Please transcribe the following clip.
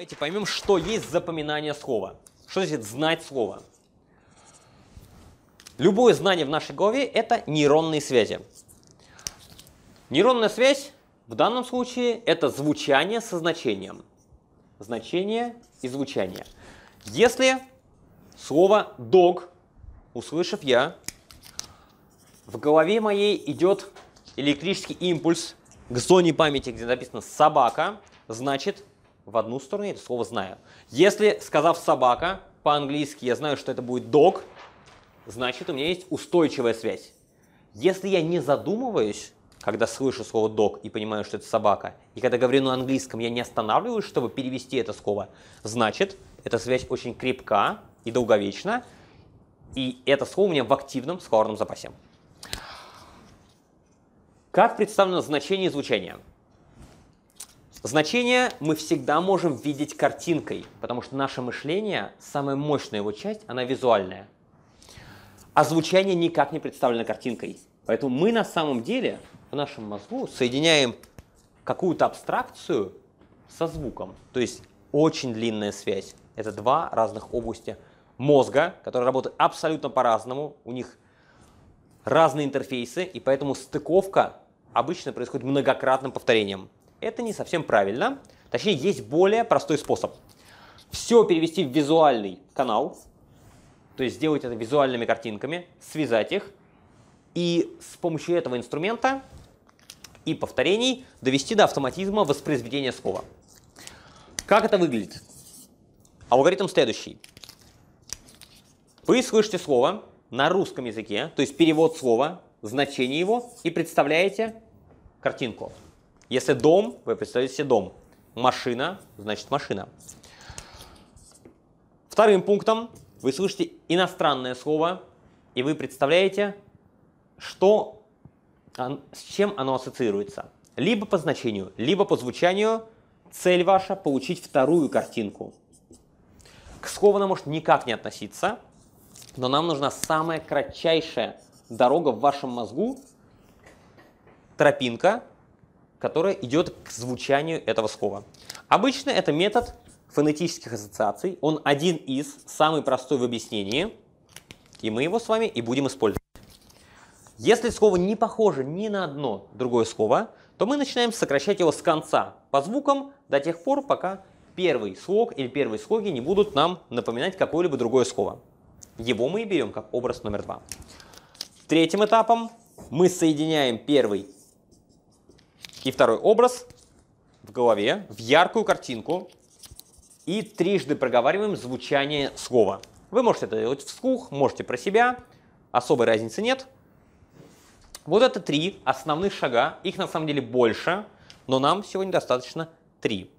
давайте поймем, что есть запоминание слова. Что значит знать слово? Любое знание в нашей голове – это нейронные связи. Нейронная связь в данном случае – это звучание со значением. Значение и звучание. Если слово «дог», услышав я, в голове моей идет электрический импульс к зоне памяти, где написано «собака», значит, в одну сторону я это слово знаю. Если, сказав «собака», по-английски я знаю, что это будет «dog», значит, у меня есть устойчивая связь. Если я не задумываюсь, когда слышу слово «dog» и понимаю, что это собака, и когда говорю на английском, я не останавливаюсь, чтобы перевести это слово, значит, эта связь очень крепка и долговечна, и это слово у меня в активном словарном запасе. Как представлено значение и звучание? Значение мы всегда можем видеть картинкой, потому что наше мышление, самая мощная его часть, она визуальная. А звучание никак не представлено картинкой. Поэтому мы на самом деле в нашем мозгу соединяем какую-то абстракцию со звуком. То есть очень длинная связь. Это два разных области мозга, которые работают абсолютно по-разному. У них разные интерфейсы, и поэтому стыковка обычно происходит многократным повторением. Это не совсем правильно. Точнее, есть более простой способ. Все перевести в визуальный канал, то есть сделать это визуальными картинками, связать их, и с помощью этого инструмента и повторений довести до автоматизма воспроизведения слова. Как это выглядит? Алгоритм следующий. Вы слышите слово на русском языке, то есть перевод слова, значение его, и представляете картинку. Если дом, вы представляете себе дом. Машина, значит машина. Вторым пунктом вы слышите иностранное слово, и вы представляете, с чем оно ассоциируется. Либо по значению, либо по звучанию. Цель ваша – получить вторую картинку. К слову она может никак не относиться, но нам нужна самая кратчайшая дорога в вашем мозгу, тропинка, которая идет к звучанию этого слова. Обычно это метод фонетических ассоциаций. Он один из, самый простой в объяснении, и мы его с вами и будем использовать. Если слово не похоже ни на одно другое слово, то мы начинаем сокращать его с конца по звукам до тех пор, пока первый слог или первые слоги не будут нам напоминать какое-либо другое слово. Его мы и берем как образ номер 2. Третьим этапом мы соединяем первый и второй образ в голове в яркую картинку и трижды проговариваем звучание слова. Вы можете это делать вслух, можете про себя, особой разницы нет. Вот это 3 основных шага, их на самом деле больше, но нам сегодня достаточно 3.